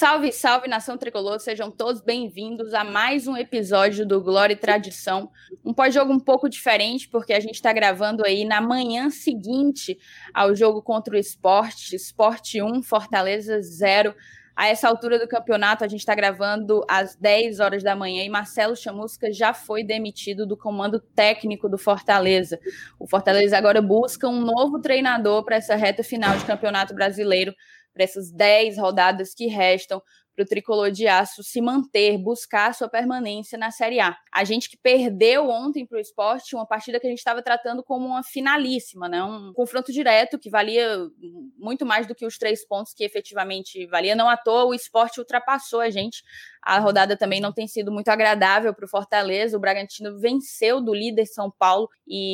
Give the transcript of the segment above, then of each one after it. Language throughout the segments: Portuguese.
Salve, salve, nação tricolor, sejam todos bem-vindos a mais um episódio do Glória e Tradição, um pós-jogo um pouco diferente, porque a gente está gravando aí na manhã seguinte ao jogo contra o Sport 1, Fortaleza 0. A essa altura do campeonato, a gente está gravando às 10 horas da manhã e Marcelo Chamusca já foi demitido do comando técnico do Fortaleza. O Fortaleza agora busca um novo treinador para essa reta final de campeonato brasileiro, para essas 10 rodadas que restam para o Tricolor de Aço se manter, buscar sua permanência na Série A. A gente que perdeu ontem para o Sport, uma partida que a gente estava tratando como uma finalíssima, né? Um confronto direto que valia muito mais do que os 3 pontos que efetivamente valia. Não à toa, o Sport ultrapassou a gente. A rodada também não tem sido muito agradável para o Fortaleza. O Bragantino venceu do líder São Paulo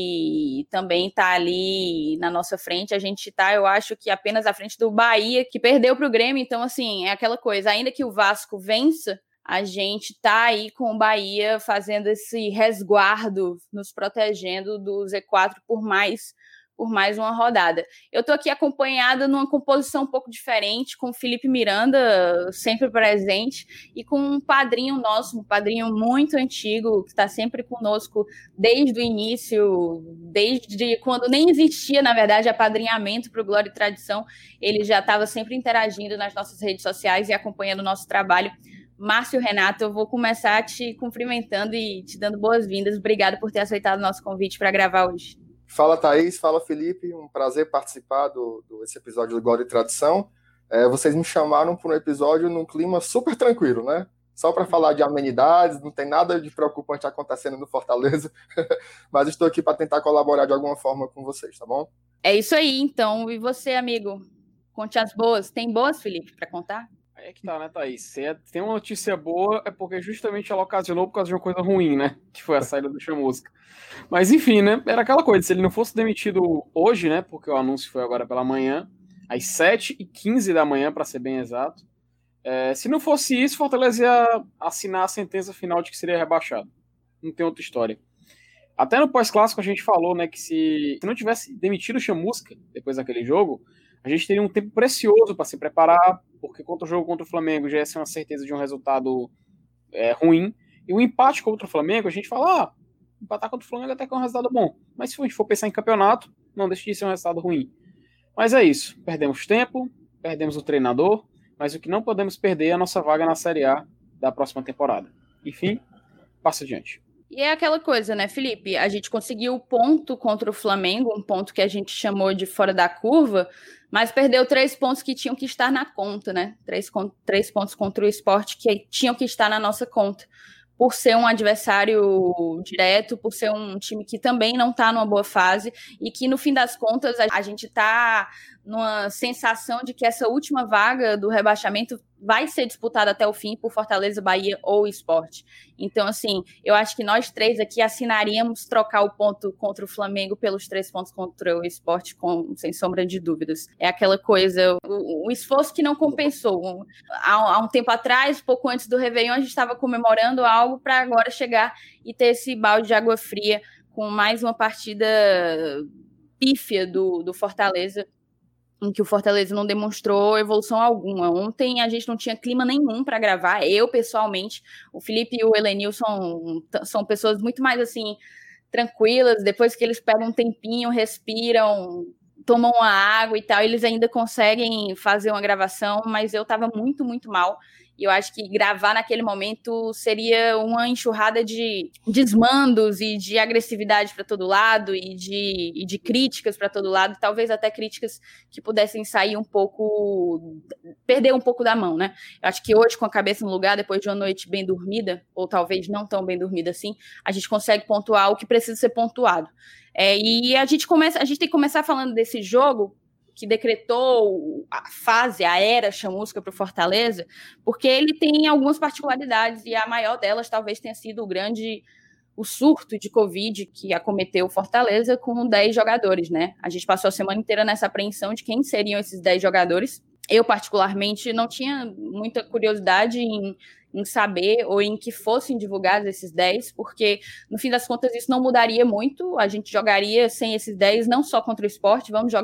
e também está ali na nossa frente. A gente está, eu acho que apenas à frente do Bahia, que perdeu para o Grêmio. Então, assim, é aquela coisa. Ainda que o Vasco vença, a gente tá aí com o Bahia fazendo esse resguardo, nos protegendo do Z4 por mais uma rodada. Eu tô aqui acompanhada numa composição um pouco diferente, com o Felipe Miranda sempre presente e com um padrinho nosso, um padrinho muito antigo, que está sempre conosco desde o início, desde quando nem existia, na verdade, apadrinhamento para o Glória e Tradição. Ele já estava sempre interagindo nas nossas redes sociais e acompanhando o nosso trabalho. Márcio Renato, eu vou começar te cumprimentando e te dando boas-vindas. Obrigado por ter aceitado o nosso convite para gravar hoje. Fala, Thaís. Fala, Felipe. Um prazer participar desse episódio do Glória e Tradição. Vocês me chamaram para um episódio num clima super tranquilo, né? Só para falar de amenidades, não tem nada de preocupante acontecendo no Fortaleza, mas estou aqui para tentar colaborar de alguma forma com vocês, tá bom? É isso aí, então. E você, amigo? Conte as boas. Tem boas, Felipe, para contar? Aí é que tá, né, Thaís? Se tem uma notícia boa, é porque justamente ela ocasionou por causa de uma coisa ruim, né? Que foi a saída do Chamusca. Mas enfim, né? Era aquela coisa, se ele não fosse demitido hoje, né? Porque o anúncio foi agora pela manhã, às 7h15 da manhã, para ser bem exato. Se não fosse isso, Fortaleza ia assinar a sentença final de que seria rebaixado. Não tem outra história. Até no pós-clássico a gente falou, né, que se não tivesse demitido o Chamusca depois daquele jogo, a gente teria um tempo precioso para se preparar, porque contra o jogo contra o Flamengo já ia ser uma certeza de um resultado ruim. E o empate contra o Flamengo, a gente fala, empatar contra o Flamengo até que é um resultado bom. Mas se a gente for pensar em campeonato, não deixa de ser um resultado ruim. Mas é isso. Perdemos tempo, perdemos o treinador, mas o que não podemos perder é a nossa vaga na Série A da próxima temporada. Enfim, passa adiante. E é aquela coisa, né, Felipe? A gente conseguiu o ponto contra o Flamengo, um ponto que a gente chamou de fora da curva, mas perdeu 3 pontos que tinham que estar na conta, né? 3 pontos contra o Sport que tinham que estar na nossa conta, por ser um adversário direto, por ser um time que também não está numa boa fase e que, no fim das contas, a gente está numa sensação de que essa última vaga do rebaixamento vai ser disputada até o fim por Fortaleza, Bahia ou Sport. Então, assim, eu acho que nós 3 aqui assinaríamos trocar o ponto contra o Flamengo pelos 3 pontos contra o Sport, sem sombra de dúvidas. É aquela coisa, o esforço que não compensou. Há um tempo atrás, pouco antes do Réveillon, a gente estava comemorando algo para agora chegar e ter esse balde de água fria com mais uma partida pífia do Fortaleza, em que o Fortaleza não demonstrou evolução alguma. Ontem a gente não tinha clima nenhum para gravar, eu pessoalmente, o Felipe e o Elenilson são pessoas muito mais assim, tranquilas, depois que eles pegam um tempinho, respiram, tomam uma água e tal, eles ainda conseguem fazer uma gravação, mas eu estava muito, muito mal. E eu acho que gravar naquele momento seria uma enxurrada de desmandos e de agressividade para todo lado e de críticas para todo lado, talvez até críticas que pudessem sair perder um pouco da mão, né? Eu acho que hoje, com a cabeça no lugar, depois de uma noite bem dormida, ou talvez não tão bem dormida assim, a gente consegue pontuar o que precisa ser pontuado. E a gente tem que começar falando desse jogo que decretou a era chamusca para o Fortaleza, porque ele tem algumas particularidades, e a maior delas talvez tenha sido o surto de Covid que acometeu o Fortaleza com 10 jogadores, né? A gente passou a semana inteira nessa apreensão de quem seriam esses 10 jogadores. Eu, particularmente, não tinha muita curiosidade em saber ou em que fossem divulgados esses 10, porque, no fim das contas, isso não mudaria muito. A gente jogaria sem esses 10, não só contra o Sport, vamos jogar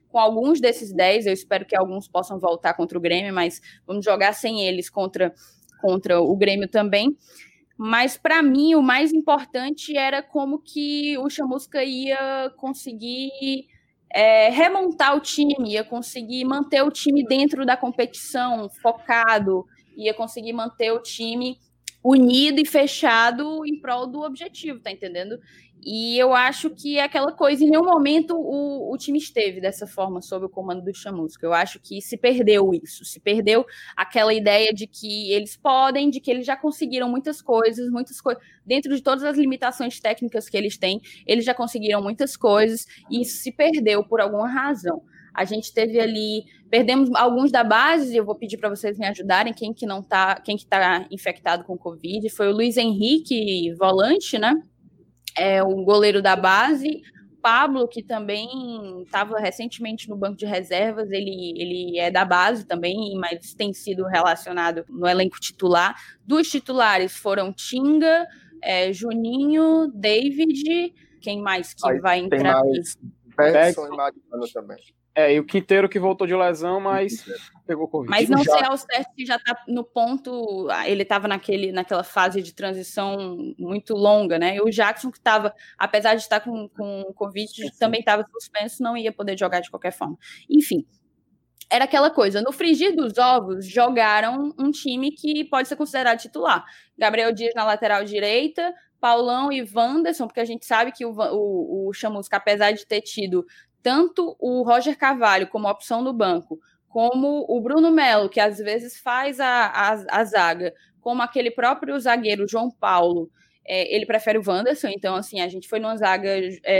com alguns desses 10, eu espero que alguns possam voltar contra o Grêmio, mas vamos jogar sem eles contra o Grêmio também. Mas, para mim, o mais importante era como que o Chamusca ia conseguir remontar o time, ia conseguir manter o time dentro da competição, focado, ia conseguir manter o time unido e fechado em prol do objetivo, tá entendendo? E eu acho que é aquela coisa, em nenhum momento o time esteve dessa forma sob o comando do Chamusca. Eu acho que se perdeu isso, se perdeu aquela ideia de que eles podem, de que eles já conseguiram muitas coisas, dentro de todas as limitações técnicas que eles têm, eles já conseguiram muitas coisas, e isso se perdeu por alguma razão. A gente teve ali, perdemos alguns da base, eu vou pedir para vocês me ajudarem, quem que tá infectado com Covid, foi o Luiz Henrique, volante, né? O goleiro da base, Pablo, que também estava recentemente no banco de reservas, ele é da base também, mas tem sido relacionado no elenco titular. Dos titulares foram Tinga, Juninho, David, quem mais que aí vai entrar aqui? Bergson e Mariano também. E o Quinteiro que voltou de lesão, mas pegou Covid. Mas não sei ao certo se já está no ponto, ele estava naquela fase de transição muito longa, né? E o Jackson, que estava, apesar de estar com Covid, também estava suspenso, não ia poder jogar de qualquer forma. Enfim, era aquela coisa, no frigir dos ovos, jogaram um time que pode ser considerado titular. Gabriel Dias na lateral direita, Paulão e Wanderson, porque a gente sabe que o Chamusca, apesar de ter tido tanto o Roger Carvalho como opção no banco, como o Bruno Melo, que às vezes faz a zaga, como aquele próprio zagueiro João Paulo, ele prefere o Wanderson, então assim, a gente foi numa zaga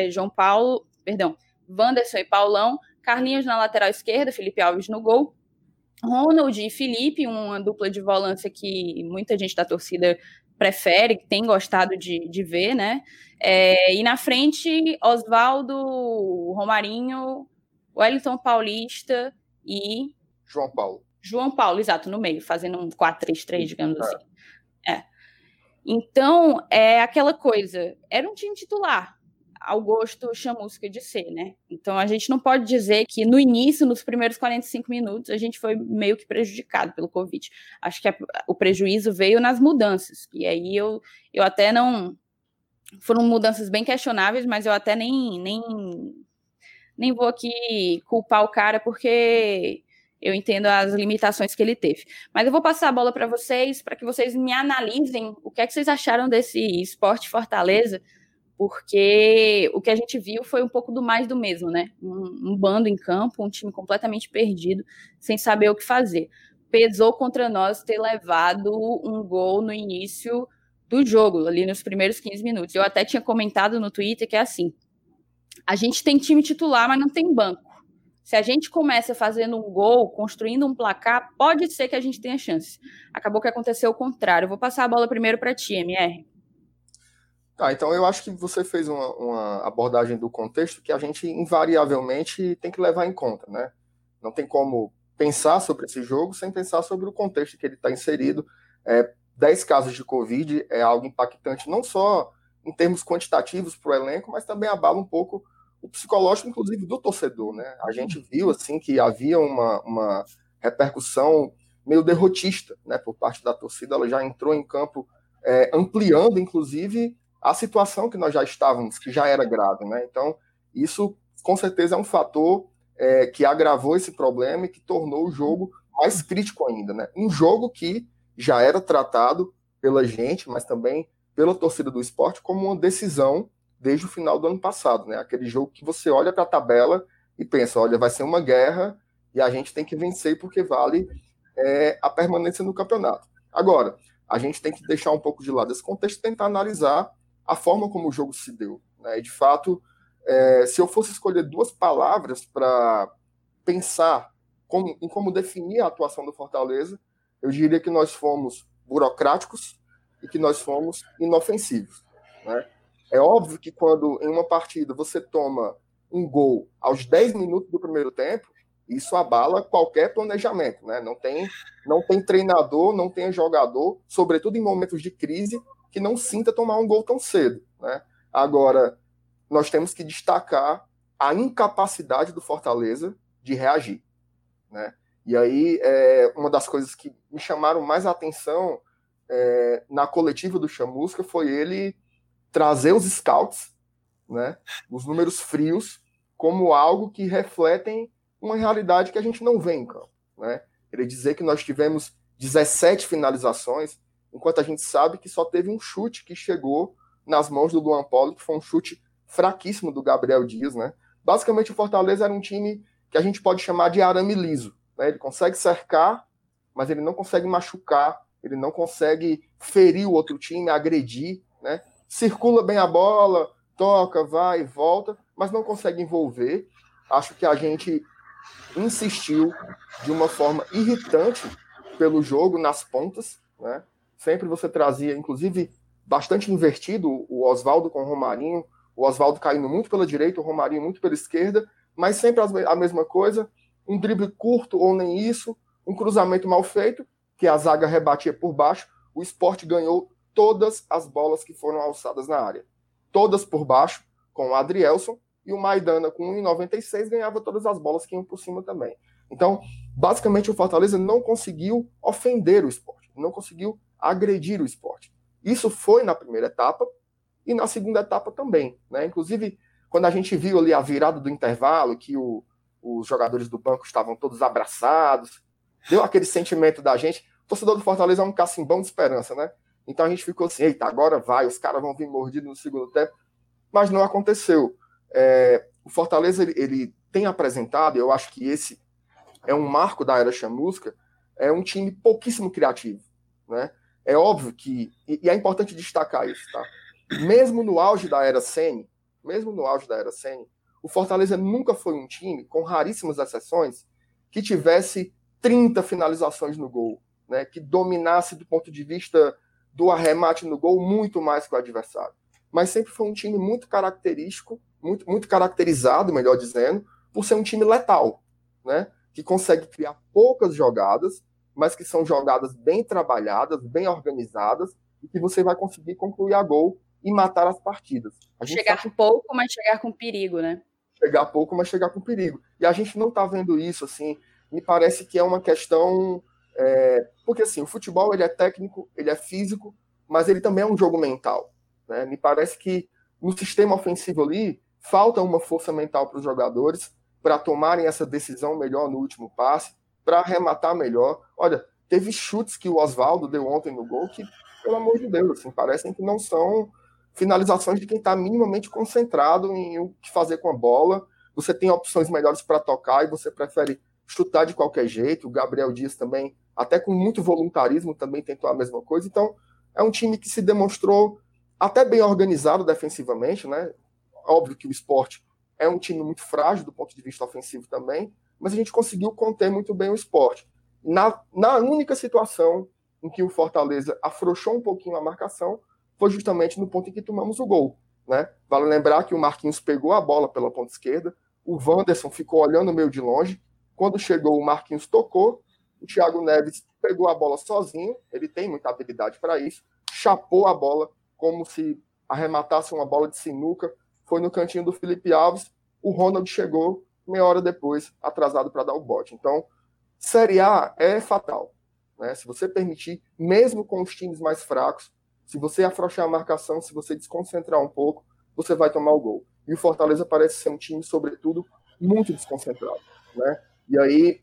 Wanderson e Paulão, Carlinhos na lateral esquerda, Felipe Alves no gol, Ronald e Felipe, uma dupla de volância que muita gente da torcida prefere, tem gostado de ver, né? E na frente, Osvaldo, Romarinho, Wellington Paulista e... João Paulo, exato, no meio, fazendo um 4-3-3, digamos assim. Então, é aquela coisa, era um time titular, ao gosto Chamusca de ser, né? Então, a gente não pode dizer que no início, nos primeiros 45 minutos, a gente foi meio que prejudicado pelo Covid. Acho que o prejuízo veio nas mudanças, e aí eu até não... Foram mudanças bem questionáveis, mas eu até nem vou aqui culpar o cara, porque eu entendo as limitações que ele teve. Mas eu vou passar a bola para vocês, para que vocês me analisem o que é que vocês acharam desse Sport Fortaleza, porque o que a gente viu foi um pouco do mais do mesmo, né? Um bando em campo, um time completamente perdido, sem saber o que fazer. Pesou contra nós ter levado um gol no início do jogo, ali nos primeiros 15 minutos. Eu até tinha comentado no Twitter que é assim, a gente tem time titular, mas não tem banco. Se a gente começa fazendo um gol, construindo um placar, pode ser que a gente tenha chance. Acabou que aconteceu o contrário. Eu vou passar a bola primeiro para ti, MR. Então eu acho que você fez uma abordagem do contexto que a gente invariavelmente tem que levar em conta, né? Não tem como pensar sobre esse jogo sem pensar sobre o contexto que ele está inserido. 10 casos de Covid é algo impactante, não só em termos quantitativos para o elenco, mas também abala um pouco o psicológico, inclusive, do torcedor, né? A gente viu assim que havia uma repercussão meio derrotista, né, por parte da torcida. Ela já entrou em campo ampliando, inclusive, a situação que nós já estávamos, que já era grave, né? Então, isso com certeza é um fator que agravou esse problema e que tornou o jogo mais crítico ainda, né? Um jogo que já era tratado pela gente, mas também pela torcida do Sport, como uma decisão desde o final do ano passado, né? Aquele jogo que você olha para a tabela e pensa, olha, vai ser uma guerra e a gente tem que vencer porque vale a permanência no campeonato. Agora, a gente tem que deixar um pouco de lado esse contexto e tentar analisar a forma como o jogo se deu, né? E, de fato, se eu fosse escolher 2 palavras para pensar em como definir a atuação do Fortaleza, eu diria que nós fomos burocráticos e que nós fomos inofensivos, né? É óbvio que quando em uma partida você toma um gol aos 10 minutos do primeiro tempo, isso abala qualquer planejamento, né? Não tem treinador, não tem jogador, sobretudo em momentos de crise, que não sinta tomar um gol tão cedo, né? Agora, nós temos que destacar a incapacidade do Fortaleza de reagir, né? E aí, uma das coisas que me chamaram mais a atenção na coletiva do Chamusca foi ele trazer os scouts, né, os números frios, como algo que refletem uma realidade que a gente não vê em campo, né? Ele dizer que nós tivemos 17 finalizações, enquanto a gente sabe que só teve um chute que chegou nas mãos do Luan Poli, que foi um chute fraquíssimo do Gabriel Dias, né? Basicamente, o Fortaleza era um time que a gente pode chamar de arame liso, né? Ele consegue cercar, mas ele não consegue machucar, ele não consegue ferir o outro time, agredir, né? Circula bem a bola, toca, vai e volta, mas não consegue envolver. Acho que a gente insistiu de uma forma irritante pelo jogo nas pontas, né? Sempre você trazia, inclusive, bastante invertido o Oswaldo com o Romarinho, o Oswaldo caindo muito pela direita, o Romarinho muito pela esquerda, mas sempre a mesma coisa, um drible curto ou nem isso, um cruzamento mal feito, que a zaga rebatia por baixo. O Sport ganhou todas as bolas que foram alçadas na área. Todas por baixo, com o Adrielson, e o Maidana, com 1,96, ganhava todas as bolas que iam por cima também. Então, basicamente, o Fortaleza não conseguiu ofender o Sport, não conseguiu agredir o Sport. Isso foi na primeira etapa e na segunda etapa também, né? Inclusive, quando a gente viu ali a virada do intervalo, que os jogadores do banco estavam todos abraçados, deu aquele sentimento da gente. O torcedor do Fortaleza é um cacimbão de esperança, né? Então a gente ficou assim, eita, agora vai, os caras vão vir mordidos no segundo tempo, mas não aconteceu. O Fortaleza, ele tem apresentado, eu acho que esse é um marco da era Chamusca, é um time pouquíssimo criativo, né? É óbvio que, e é importante destacar isso, tá? Mesmo no auge da era Ceni, o Fortaleza nunca foi um time, com raríssimas exceções, que tivesse 30 finalizações no gol, né? Que dominasse do ponto de vista do arremate no gol muito mais que o adversário. Mas sempre foi um time muito característico, muito caracterizado, melhor dizendo, por ser um time letal, né? Que consegue criar poucas jogadas, mas que são jogadas bem trabalhadas, bem organizadas, e que você vai conseguir concluir a gol e matar as partidas. Chegar pouco, mas chegar com perigo, né? Chegar pouco, mas chegar com perigo. E a gente não está vendo isso, assim, me parece que é uma questão... porque, assim, o futebol, ele é técnico, ele é físico, mas ele também é um jogo mental, né? Me parece que no sistema ofensivo ali, falta uma força mental para os jogadores para tomarem essa decisão melhor no último passe, para arrematar melhor. Olha, teve chutes que o Oswaldo deu ontem no gol que, pelo amor de Deus, assim, parecem que não são finalizações de quem está minimamente concentrado em o que fazer com a bola. Você tem opções melhores para tocar e você prefere chutar de qualquer jeito. O Gabriel Dias também, até com muito voluntarismo, também tentou a mesma coisa. Então, é um time que se demonstrou até bem organizado defensivamente, né? Óbvio que o Sport é um time muito frágil do ponto de vista ofensivo também, mas a gente conseguiu conter muito bem o Sport. Na única situação em que o Fortaleza afrouxou um pouquinho a marcação foi justamente no ponto em que tomamos o gol, né? Vale lembrar que o Marquinhos pegou a bola pela ponta esquerda, o Wanderson ficou olhando meio de longe, quando chegou o Marquinhos tocou, o Thiago Neves pegou a bola sozinho, ele tem muita habilidade para isso, chapou a bola como se arrematasse uma bola de sinuca, foi no cantinho do Felipe Alves, o Ronald chegou meia hora depois, atrasado para dar o bote. Então, Série A é fatal, né? Se você permitir, mesmo com os times mais fracos, se você afrouxar a marcação, se você desconcentrar um pouco, você vai tomar o gol. E o Fortaleza parece ser um time, sobretudo, muito desconcentrado, né? E aí,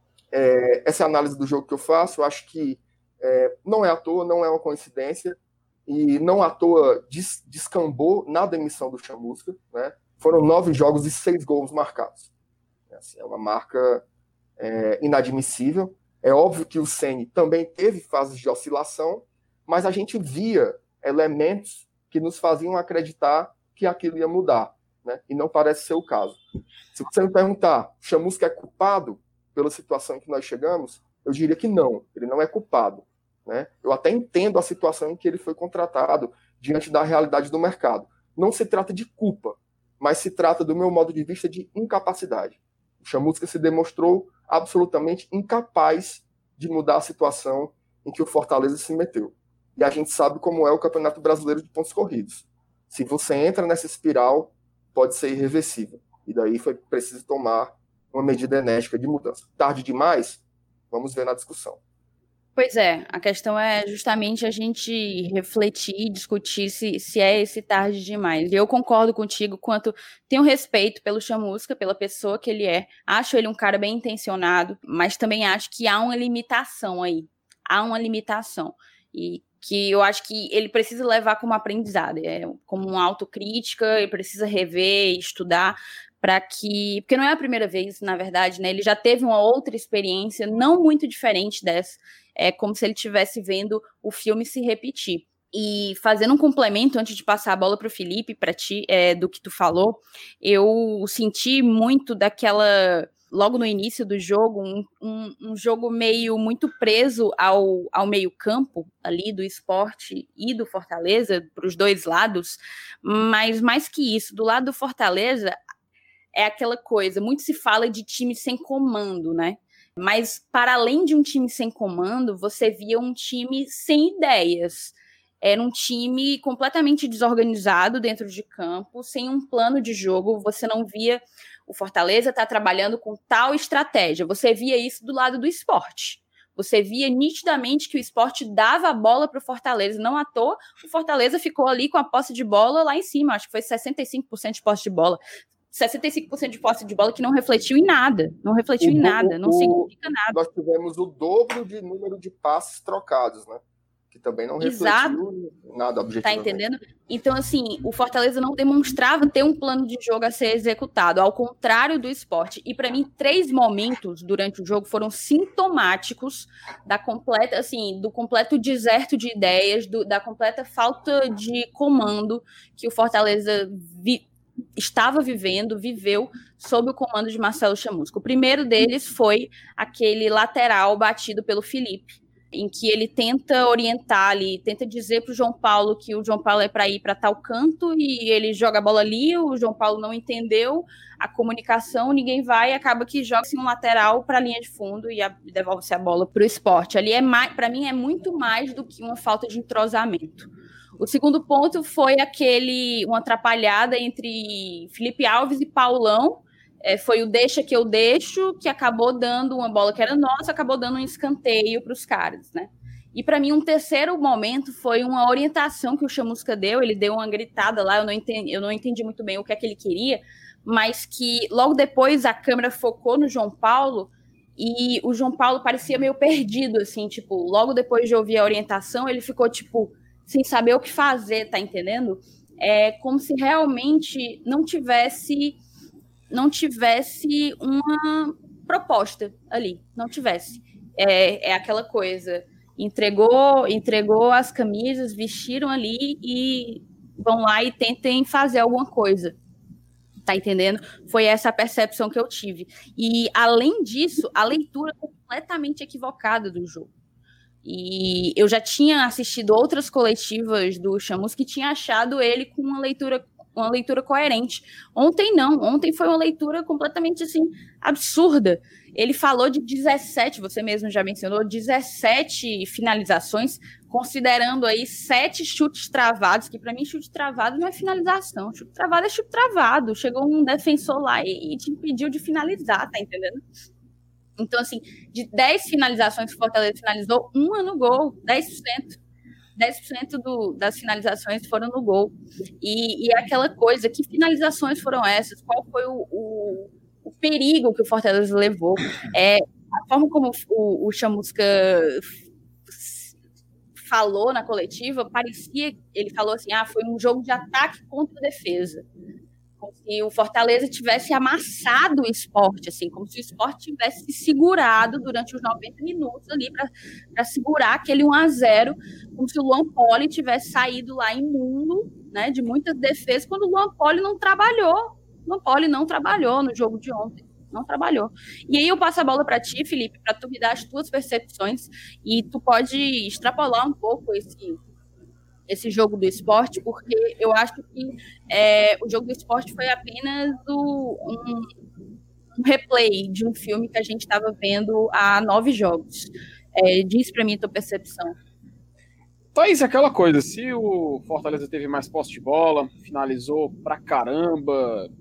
essa análise do jogo que eu faço, eu acho que não é à toa, não é uma coincidência, e não à toa descambou na demissão do Chamusca, né? Foram 9 jogos e 6 gols marcados. Assim, é uma marca inadmissível. É óbvio que o Ceni também teve fases de oscilação, mas a gente via elementos que nos faziam acreditar que aquilo ia mudar, né? E não parece ser o caso. Se você me perguntar, o Chamusca é culpado pela situação em que nós chegamos, eu diria que não, ele não é culpado, né? Eu até entendo a situação em que ele foi contratado diante da realidade do mercado. Não se trata de culpa, mas se trata, do meu modo de vista, de incapacidade. O Chamusca se demonstrou absolutamente incapaz de mudar a situação em que o Fortaleza se meteu. E a gente sabe como é o Campeonato Brasileiro de pontos corridos. Se você entra nessa espiral, pode ser irreversível. e daí foi preciso tomar uma medida enérgica de mudança. Tarde demais? Vamos ver na discussão. Pois é, a questão é justamente a gente refletir, discutir se é esse tarde demais. E eu concordo contigo quanto tenho respeito pelo Chamusca, pela pessoa que ele é. Acho ele um cara bem intencionado, mas também acho que há uma limitação aí. Há uma limitação. E que eu acho que ele precisa levar como aprendizado, como uma autocrítica, ele precisa rever, estudar, porque não é a primeira vez, na verdade, né? Ele já teve uma outra experiência não muito diferente dessa. É como se ele estivesse vendo o filme se repetir. E fazendo um complemento, antes de passar a bola para o Felipe, para ti, do que tu falou, eu senti muito daquela, logo no início do jogo, um jogo meio muito preso ao meio campo ali do Sport e do Fortaleza, para os dois lados, mas mais que isso, do lado do Fortaleza, é aquela coisa, muito se fala de time sem comando, né? Mas, para além de um time sem comando, você via um time sem ideias. Era um time completamente desorganizado dentro de campo, sem um plano de jogo. Você não via o Fortaleza estar trabalhando com tal estratégia. Você via isso do lado do Sport. Você via nitidamente que o Sport dava a bola para o Fortaleza. Não à toa, o Fortaleza ficou ali com a posse de bola lá em cima. Acho que foi 65% de posse de bola. 65% de posse de bola que não refletiu em nada. Não refletiu em nada, não significa nada. Nós tivemos o dobro de número de passes trocados, né? Que também não refletiu nada objetivamente. Tá entendendo? Então, assim, o Fortaleza não demonstrava ter um plano de jogo a ser executado, ao contrário do Sport. E, para mim, 3 momentos durante o jogo foram sintomáticos do completo deserto de ideias, da completa falta de comando que o Fortaleza viveu sob o comando de Marcelo Chamusca. O primeiro deles foi aquele lateral batido pelo Felipe, em que ele tenta orientar ali, tenta dizer para o João Paulo que o João Paulo é para ir para tal canto e ele joga a bola ali, o João Paulo não entendeu a comunicação, ninguém vai e acaba que joga-se um lateral para a linha de fundo e devolve-se a bola para o Sport. Ali, para mim, é muito mais do que uma falta de entrosamento. O segundo ponto foi uma atrapalhada entre Felipe Alves e Paulão. Foi o deixa que eu deixo, que acabou dando uma bola que era nossa, acabou dando um escanteio para os caras, né? E para mim, um terceiro momento foi uma orientação que o Chamusca deu. Ele deu uma gritada lá, eu não entendi muito bem o que é que ele queria, mas que logo depois a câmera focou no João Paulo e o João Paulo parecia meio perdido, assim, tipo, logo depois de ouvir a orientação, ele ficou, tipo, sem saber o que fazer, tá entendendo? É como se realmente não tivesse uma proposta ali, não tivesse. É aquela coisa, entregou as camisas, vestiram ali e vão lá e tentem fazer alguma coisa, tá entendendo? Foi essa a percepção que eu tive. E, além disso, a leitura completamente equivocada do jogo. E eu já tinha assistido outras coletivas do Chamusca que tinha achado ele com uma leitura coerente. Ontem foi uma leitura completamente, assim, absurda. Ele falou de 17, você mesmo já mencionou, 17 finalizações, considerando aí 7 chutes travados, que para mim chute travado não é finalização, chute travado é chute travado. Chegou um defensor lá e te impediu de finalizar, tá entendendo? Então, assim, de 10 finalizações que o Fortaleza finalizou, uma no gol, 10%. 10% das finalizações foram no gol. E é aquela coisa, que finalizações foram essas? Qual foi o perigo que o Fortaleza levou? A forma como o Chamusca falou na coletiva, ele falou assim, foi um jogo de ataque contra defesa. Como se o Fortaleza tivesse amassado o Sport, assim, como se o Sport tivesse se segurado durante os 90 minutos ali para segurar aquele 1-0, como se o Luan Poli tivesse saído lá imundo, né, de muitas defesas, quando o Luan Poli não trabalhou. O Luan Poli não trabalhou no jogo de ontem. Não trabalhou. E aí eu passo a bola para ti, Felipe, para tu me dar as tuas percepções e tu pode extrapolar um pouco esse jogo do Sport, porque eu acho que o jogo do Sport foi apenas um replay de um filme que a gente estava vendo há 9 jogos. Diz para mim a tua percepção. Thaís, aquela coisa, se o Fortaleza teve mais posse de bola, finalizou pra caramba,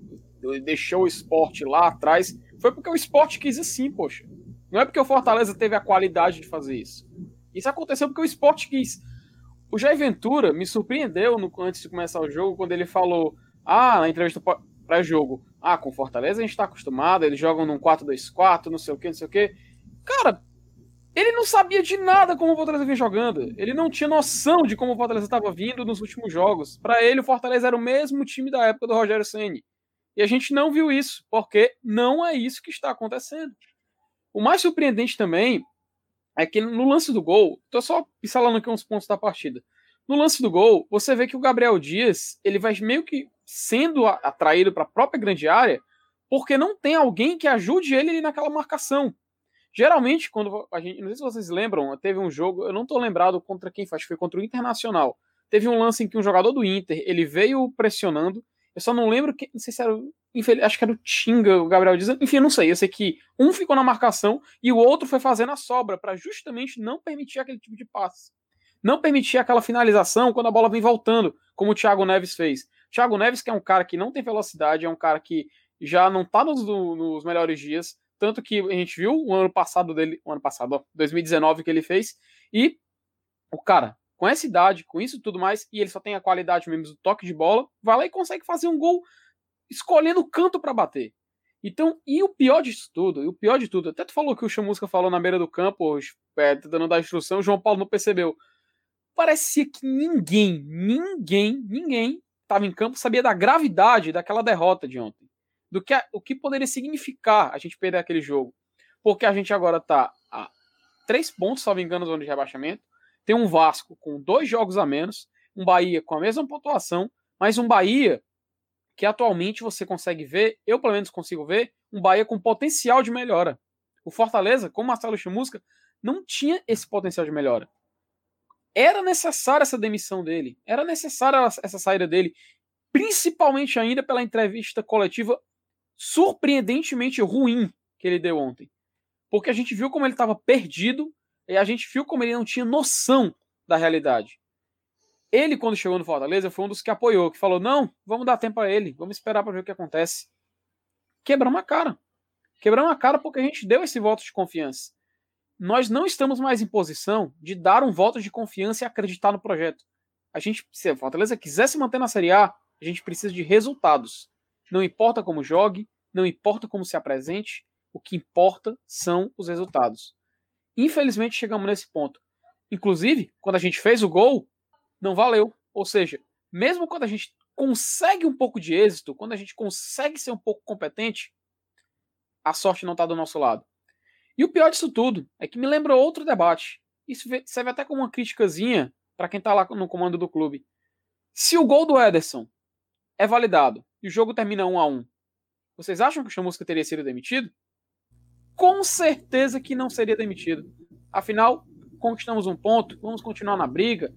deixou o Sport lá atrás, foi porque o Sport quis assim, poxa. Não é porque o Fortaleza teve a qualidade de fazer isso. Isso aconteceu porque o Sport quis. O Jair Ventura me surpreendeu antes de começar o jogo, quando ele falou, na entrevista pré-jogo, com o Fortaleza a gente tá acostumado, eles jogam num 4-2-4, não sei o quê. Cara, ele não sabia de nada como o Fortaleza vinha jogando. Ele não tinha noção de como o Fortaleza estava vindo nos últimos jogos. Para ele, o Fortaleza era o mesmo time da época do Rogério Ceni. E a gente não viu isso, porque não é isso que está acontecendo. O mais surpreendente também é que no lance do gol, tô só pincelando aqui uns pontos da partida. No lance do gol, você vê que o Gabriel Dias, ele vai meio que sendo atraído para a própria grande área, porque não tem alguém que ajude ele ali naquela marcação. Geralmente, quando a gente, não sei se vocês lembram, teve um jogo, eu não tô lembrado contra quem foi, acho que foi contra o Internacional. Teve um lance em que um jogador do Inter, ele veio pressionando, eu só não lembro, não sei se era, acho que era o Tinga, o Gabriel Dias, enfim, eu não sei, eu sei que um ficou na marcação e o outro foi fazendo a sobra, para justamente não permitir aquele tipo de passe. Não permitir aquela finalização quando a bola vem voltando, como o Thiago Neves fez. Thiago Neves, que é um cara que não tem velocidade, é um cara que já não tá nos melhores dias, tanto que a gente viu o ano passado, 2019, que ele fez, e o cara, com essa idade, com isso e tudo mais, e ele só tem a qualidade mesmo do toque de bola, vai lá e consegue fazer um gol escolhendo o canto para bater. Então, e o pior de tudo, até tu falou que o Chamusca falou na beira do campo, tentando dar instrução, o João Paulo não percebeu. Parecia que ninguém estava em campo, sabia da gravidade daquela derrota de ontem. O que poderia significar a gente perder aquele jogo. Porque a gente agora está a 3 pontos, salvo engano, zona de rebaixamento. Tem um Vasco com 2 jogos a menos, um Bahia com a mesma pontuação, mas um Bahia que atualmente você consegue ver, eu pelo menos consigo ver, um Bahia com potencial de melhora. O Fortaleza, como Marcelo Chamusca, não tinha esse potencial de melhora. Era necessária essa demissão dele, era necessária essa saída dele, principalmente ainda pela entrevista coletiva surpreendentemente ruim que ele deu ontem. Porque a gente viu como ele estava perdido e a gente viu como ele não tinha noção da realidade. Ele, quando chegou no Fortaleza, foi um dos que apoiou, que falou, não, vamos dar tempo a ele, vamos esperar para ver o que acontece. Quebramos a cara porque a gente deu esse voto de confiança. Nós não estamos mais em posição de dar um voto de confiança e acreditar no projeto. Se a Fortaleza quiser se manter na Série A, a gente precisa de resultados. Não importa como jogue, não importa como se apresente, o que importa são os resultados. Infelizmente chegamos nesse ponto. Inclusive, quando a gente fez o gol, não valeu. Ou seja, mesmo quando a gente consegue um pouco de êxito, quando a gente consegue ser um pouco competente, a sorte não está do nosso lado. E o pior disso tudo é que me lembra outro debate. Isso serve até como uma criticazinha para quem está lá no comando do clube. Se o gol do Ederson é validado e o jogo termina 1-1, vocês acham que o Chamusca teria sido demitido? Com certeza que não seria demitido. Afinal, conquistamos um ponto, vamos continuar na briga,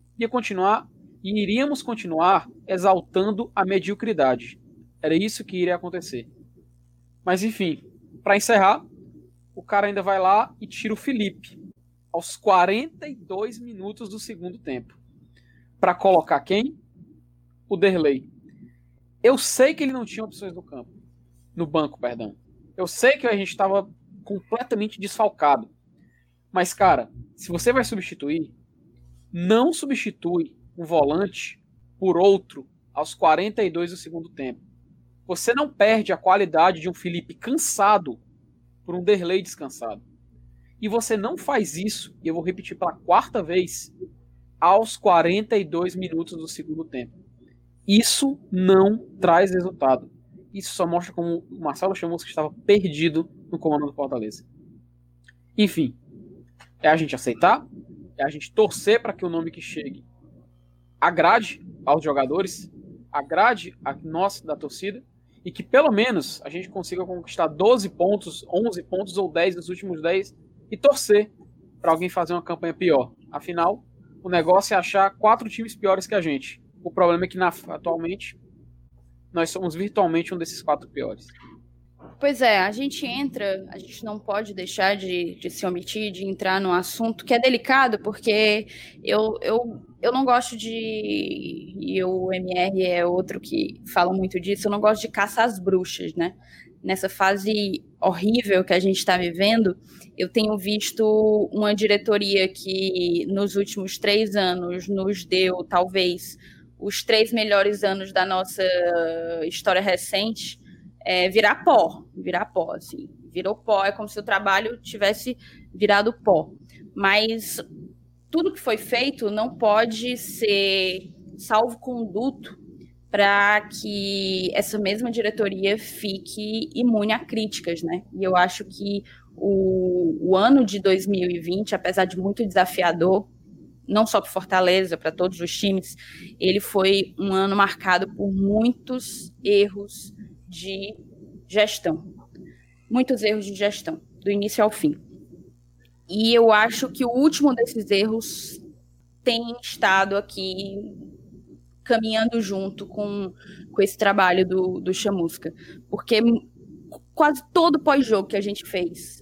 iríamos continuar exaltando a mediocridade. Era isso que iria acontecer. Mas enfim, para encerrar, o cara ainda vai lá e tira o Felipe aos 42 minutos do segundo tempo. Para colocar quem? O Derlei. Eu sei que ele não tinha opções no banco, perdão. Eu sei que a gente estava completamente desfalcado. Mas, cara, se você vai substituir, não substitui um volante por outro aos 42 do segundo tempo. Você não perde a qualidade de um Felipe cansado por um Derlei descansado. E você não faz isso, e eu vou repetir pela 4ª vez, aos 42 minutos do segundo tempo. Isso não traz resultado. Isso só mostra como o Marcelo Chamusca estava perdido no comando do Fortaleza. Enfim, é a gente aceitar, é a gente torcer para que o nome que chegue agrade aos jogadores, agrade a nós da torcida, e que pelo menos a gente consiga conquistar 12 pontos, 11 pontos ou 10 dos últimos 10 e torcer para alguém fazer uma campanha pior. Afinal, o negócio é achar 4 times piores que a gente. O problema é que atualmente nós somos virtualmente um desses 4 piores. Pois é, a gente não pode deixar de se omitir, de entrar num assunto que é delicado, porque eu eu não gosto de, e o MR é outro que fala muito disso, eu não gosto de caçar as bruxas, né? Nessa fase horrível que a gente está vivendo, eu tenho visto uma diretoria que nos últimos 3 anos nos deu, talvez, os 3 melhores anos da nossa história recente, virar pó, assim. Virou pó, é como se o trabalho tivesse virado pó. Mas tudo que foi feito não pode ser salvo-conduto para que essa mesma diretoria fique imune a críticas, né? E eu acho que o ano de 2020, apesar de muito desafiador, não só para Fortaleza, para todos os times, ele foi um ano marcado por muitos erros de gestão. Muitos erros de gestão, do início ao fim. E eu acho que o último desses erros tem estado aqui caminhando junto com esse trabalho do Chamusca. Porque quase todo pós-jogo que a gente fez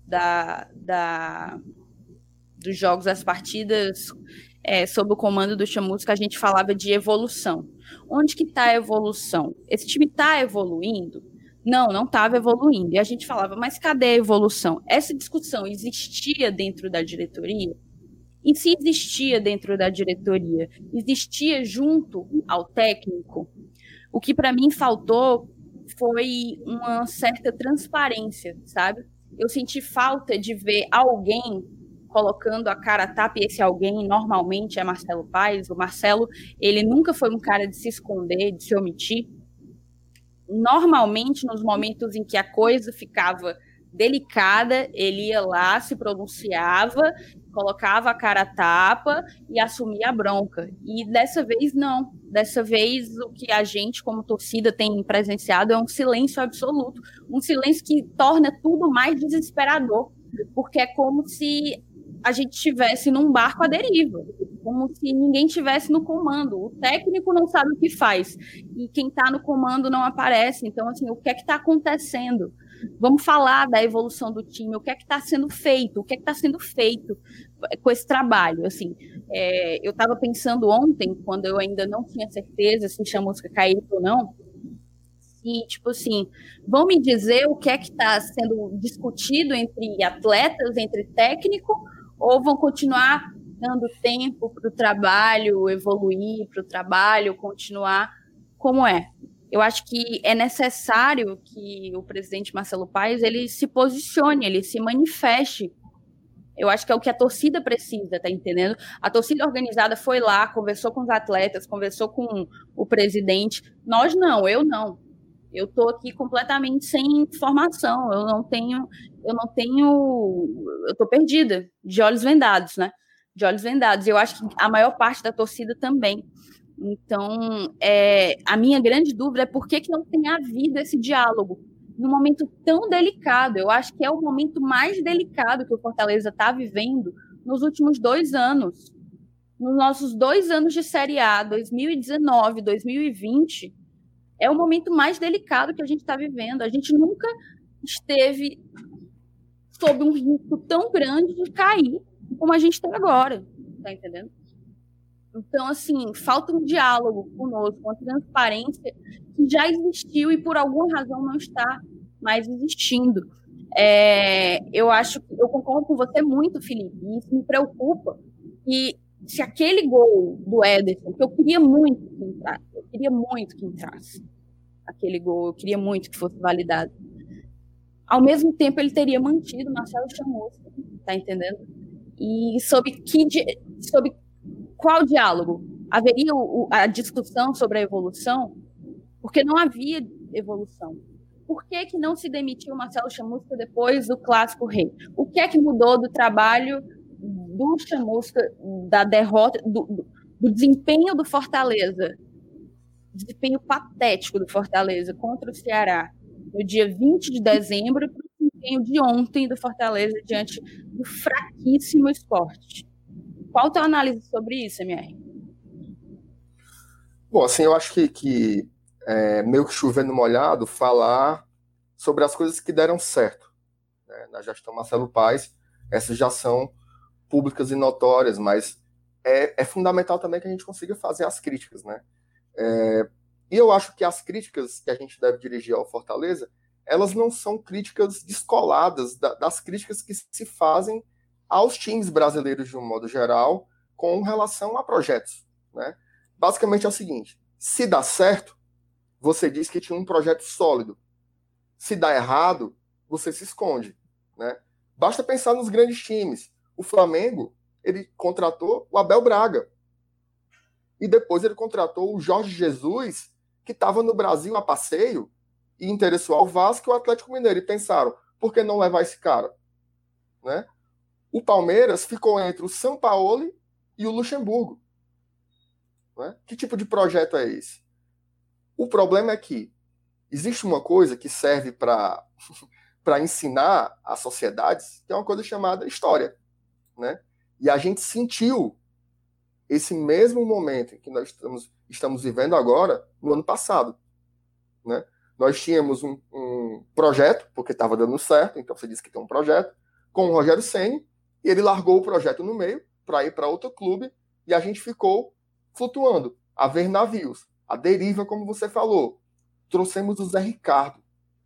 dos jogos, das partidas sob o comando do Chamusca, a gente falava de evolução. Onde que está a evolução? Esse time está evoluindo? Não estava evoluindo. E a gente falava, mas cadê a evolução? Essa discussão existia dentro da diretoria? E se existia dentro da diretoria, existia junto ao técnico? O que para mim faltou foi uma certa transparência, sabe? Eu senti falta de ver alguém colocando a cara a tapa, e esse alguém normalmente é Marcelo Paes. O Marcelo, ele nunca foi um cara de se esconder, de se omitir. Normalmente, nos momentos em que a coisa ficava delicada, ele ia lá, se pronunciava, colocava a cara a tapa e assumia a bronca. E dessa vez, não. Dessa vez, o que a gente, como torcida, tem presenciado é um silêncio absoluto. Um silêncio que torna tudo mais desesperador. Porque é como se a gente estivesse num barco à deriva. Como se ninguém estivesse no comando. O técnico não sabe o que faz. E quem está no comando não aparece. Então, assim, o que é que está acontecendo? Vamos falar da evolução do time, o que é que está sendo feito, com esse trabalho, assim. Eu estava pensando ontem, quando eu ainda não tinha certeza se Chamusca caiu ou não, e, tipo assim, vão me dizer o que é que está sendo discutido entre atletas, entre técnico, ou vão continuar dando tempo para o trabalho evoluir, para o trabalho continuar como é? Eu acho que é necessário que o presidente Marcelo Paes ele se posicione, ele se manifeste. Eu acho que é o que a torcida precisa, tá entendendo? A torcida organizada foi lá, conversou com os atletas, conversou com o presidente. Nós não, eu não. Eu estou aqui completamente sem informação. Eu estou perdida, de olhos vendados, né? De olhos vendados. Eu acho que a maior parte da torcida também. Então, a minha grande dúvida é por que não tem havido esse diálogo num momento tão delicado. Eu acho que é o momento mais delicado que o Fortaleza está vivendo nos últimos 2 anos. Nos nossos 2 anos de Série A, 2019, 2020, é o momento mais delicado que a gente está vivendo. A gente nunca esteve sob um risco tão grande de cair como a gente está agora, tá entendendo? Então, assim, falta um diálogo conosco, uma transparência que já existiu e por alguma razão não está mais existindo. Eu concordo com você muito, Felipe, e isso me preocupa. E se aquele gol do Ederson, que eu queria muito que entrasse, aquele gol, eu queria muito que fosse validado. Ao mesmo tempo, ele teria mantido Marcelo Chamusca, tá entendendo? E sobre qual diálogo? Haveria a discussão sobre a evolução? Porque não havia evolução. Por que não se demitiu o Marcelo Chamusca depois do Clássico Rei? O que é que mudou do trabalho do Chamusca, da derrota, do desempenho do Fortaleza, desempenho patético do Fortaleza contra o Ceará no dia 20 de dezembro, para o desempenho de ontem do Fortaleza diante do fraquíssimo Sport? Qual a tua análise sobre isso, MR? Bom, assim, eu acho que meio que chovendo molhado falar sobre as coisas que deram certo, né, na gestão Marcelo Paes. Essas já são públicas e notórias, mas é fundamental também que a gente consiga fazer as críticas, né? E eu acho que as críticas que a gente deve dirigir ao Fortaleza, elas não são críticas descoladas das críticas que se fazem aos times brasileiros de um modo geral com relação a projetos, né? Basicamente é o seguinte, se dá certo, você diz que tinha um projeto sólido. Se dá errado, você se esconde, né? Basta pensar nos grandes times. O Flamengo, ele contratou o Abel Braga. E depois ele contratou o Jorge Jesus, que estava no Brasil a passeio e interessou ao Vasco e ao Atlético Mineiro. E pensaram, por que não levar esse cara? Né? O Palmeiras ficou entre o Sampaoli e o Luxemburgo. Né? Que tipo de projeto é esse? O problema é que existe uma coisa que serve para ensinar as sociedades, que é uma coisa chamada história. Né? E a gente sentiu esse mesmo momento que nós estamos vivendo agora, no ano passado. Né? Nós tínhamos um projeto, porque estava dando certo, então você disse que tem um projeto, com o Rogério Ceni, e ele largou o projeto no meio para ir para outro clube, e a gente ficou flutuando, a ver navios, a deriva, como você falou. Trouxemos o Zé Ricardo,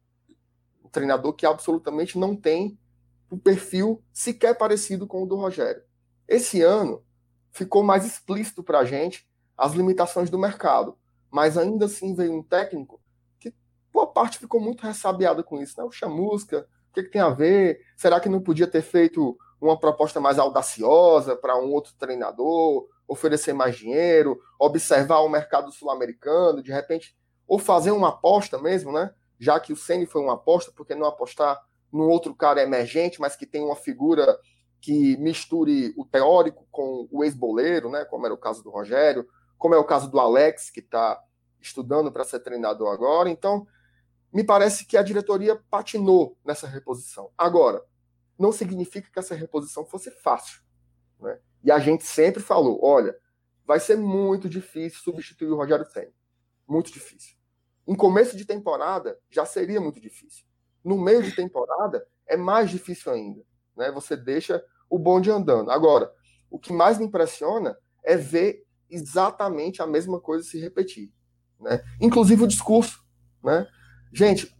um treinador que absolutamente não tem um perfil sequer parecido com o do Rogério. Esse ano, ficou mais explícito para a gente as limitações do mercado. Mas ainda assim veio um técnico que, boa parte, ficou muito ressabiado com isso. Né? O Chamusca, o que tem a ver? Será que não podia ter feito uma proposta mais audaciosa para um outro treinador, oferecer mais dinheiro, observar o mercado sul-americano, de repente, ou fazer uma aposta mesmo, né? Já que o Ceni foi uma aposta, por que não apostar num outro cara emergente, mas que tem uma figura que misture o teórico com o ex-boleiro, né, como era o caso do Rogério, como é o caso do Alex, que está estudando para ser treinador agora. Então, me parece que a diretoria patinou nessa reposição. Agora, não significa que essa reposição fosse fácil. Né? E a gente sempre falou, olha, vai ser muito difícil substituir o Rogério Ceni. Muito difícil. Em começo de temporada, já seria muito difícil. No meio de temporada, é mais difícil ainda. Né? Você deixa o bonde andando. Agora, o que mais me impressiona é ver exatamente a mesma coisa se repetir. Né? Inclusive o discurso. Né? Gente,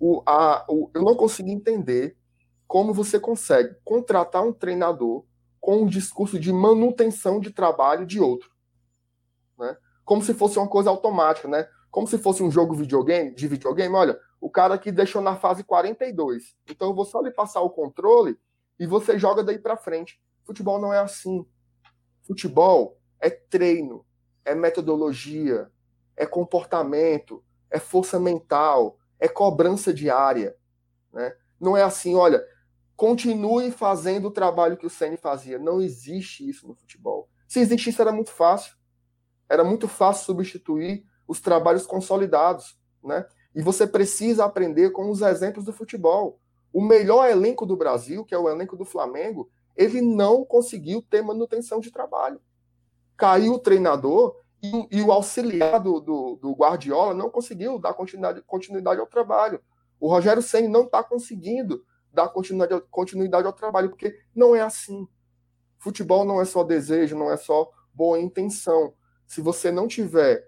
eu não consegui entender como você consegue contratar um treinador com um discurso de manutenção de trabalho de outro. Né? Como se fosse uma coisa automática, né? Como se fosse um jogo de videogame. Olha, o cara aqui deixou na fase 42. Então eu vou só lhe passar o controle e você joga daí para frente. Futebol não é assim. Futebol é treino, é metodologia, é comportamento, é força mental, é cobrança diária. Né? Não é assim, olha, continue fazendo o trabalho que o Ceni fazia. Não existe isso no futebol. Se existisse, era muito fácil. Era muito fácil substituir os trabalhos consolidados. Né? E você precisa aprender com os exemplos do futebol. O melhor elenco do Brasil, que é o elenco do Flamengo, ele não conseguiu ter manutenção de trabalho. Caiu o treinador e o auxiliar do Guardiola não conseguiu dar continuidade ao trabalho. O Rogério Ceni não está conseguindo dar continuidade ao trabalho, porque não é assim. Futebol não é só desejo, não é só boa intenção. Se você não tiver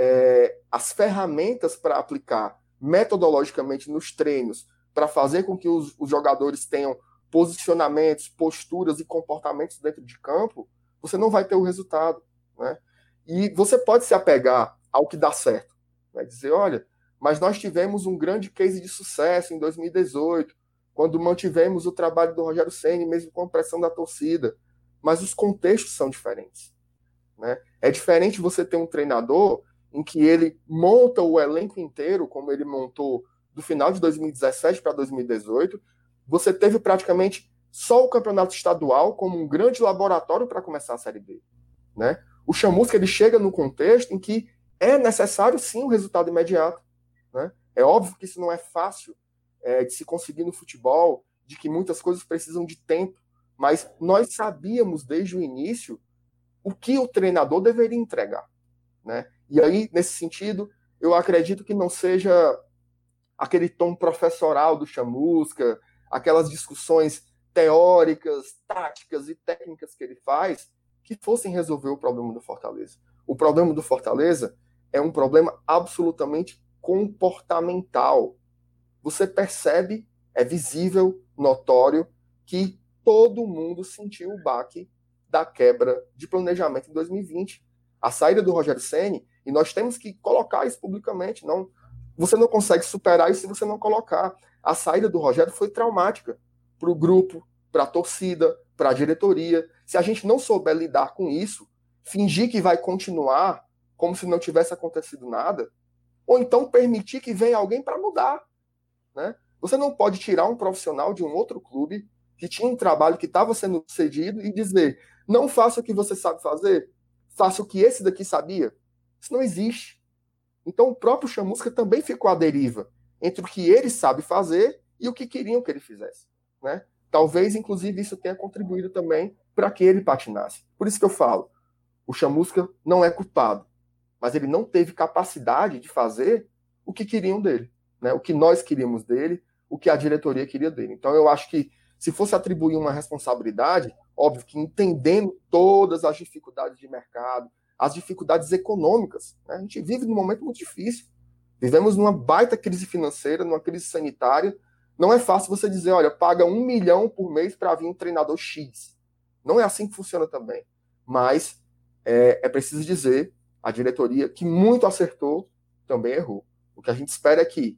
as ferramentas para aplicar metodologicamente nos treinos, para fazer com que os jogadores tenham posicionamentos, posturas e comportamentos dentro de campo, você não vai ter o resultado. Né? E você pode se apegar ao que dá certo. Né? Dizer, olha, mas nós tivemos um grande case de sucesso em 2018, quando mantivemos o trabalho do Rogério Ceni, mesmo com a pressão da torcida. Mas os contextos são diferentes. Né? É diferente você ter um treinador em que ele monta o elenco inteiro, como ele montou do final de 2017 para 2018, você teve praticamente só o campeonato estadual como um grande laboratório para começar a Série B. Né? O Chamusca, ele chega no contexto em que é necessário, sim, o resultado imediato. Né? É óbvio que isso não é fácil de se conseguir no futebol, de que muitas coisas precisam de tempo, mas nós sabíamos desde o início o que o treinador deveria entregar. Né? E aí, nesse sentido, eu acredito que não seja aquele tom professoral do Chamusca, aquelas discussões teóricas, táticas e técnicas que ele faz, que fossem resolver o problema do Fortaleza. O problema do Fortaleza é um problema absolutamente comportamental. Você percebe, é visível, notório, que todo mundo sentiu o baque da quebra de planejamento em 2020. A saída do Rogério Ceni, e nós temos que colocar isso publicamente, não, você não consegue superar isso se você não colocar. A saída do Rogério foi traumática para o grupo, para a torcida, para a diretoria. Se a gente não souber lidar com isso, fingir que vai continuar como se não tivesse acontecido nada, ou então permitir que venha alguém para mudar, né? Você não pode tirar um profissional de um outro clube que tinha um trabalho que estava sendo cedido e dizer, não faça o que você sabe fazer, faça o que esse daqui sabia. Isso não existe. Então o próprio Chamusca também ficou à deriva entre o que ele sabe fazer e o que queriam que ele fizesse, né? Talvez, inclusive, isso tenha contribuído também para que ele patinasse. Por isso que eu falo, o Chamusca não é culpado, mas ele não teve capacidade de fazer o que queriam dele, né? O que nós queríamos dele, o que a diretoria queria dele. Então eu acho que se fosse atribuir uma responsabilidade, óbvio que entendendo todas as dificuldades de mercado, as dificuldades econômicas, né? A gente vive num momento muito difícil. Vivemos numa baita crise financeira, numa crise sanitária. Não é fácil você dizer, olha, paga 1 milhão por mês para vir um treinador X. Não é assim que funciona também. Mas é preciso dizer, a diretoria, que muito acertou, também errou. O que a gente espera é que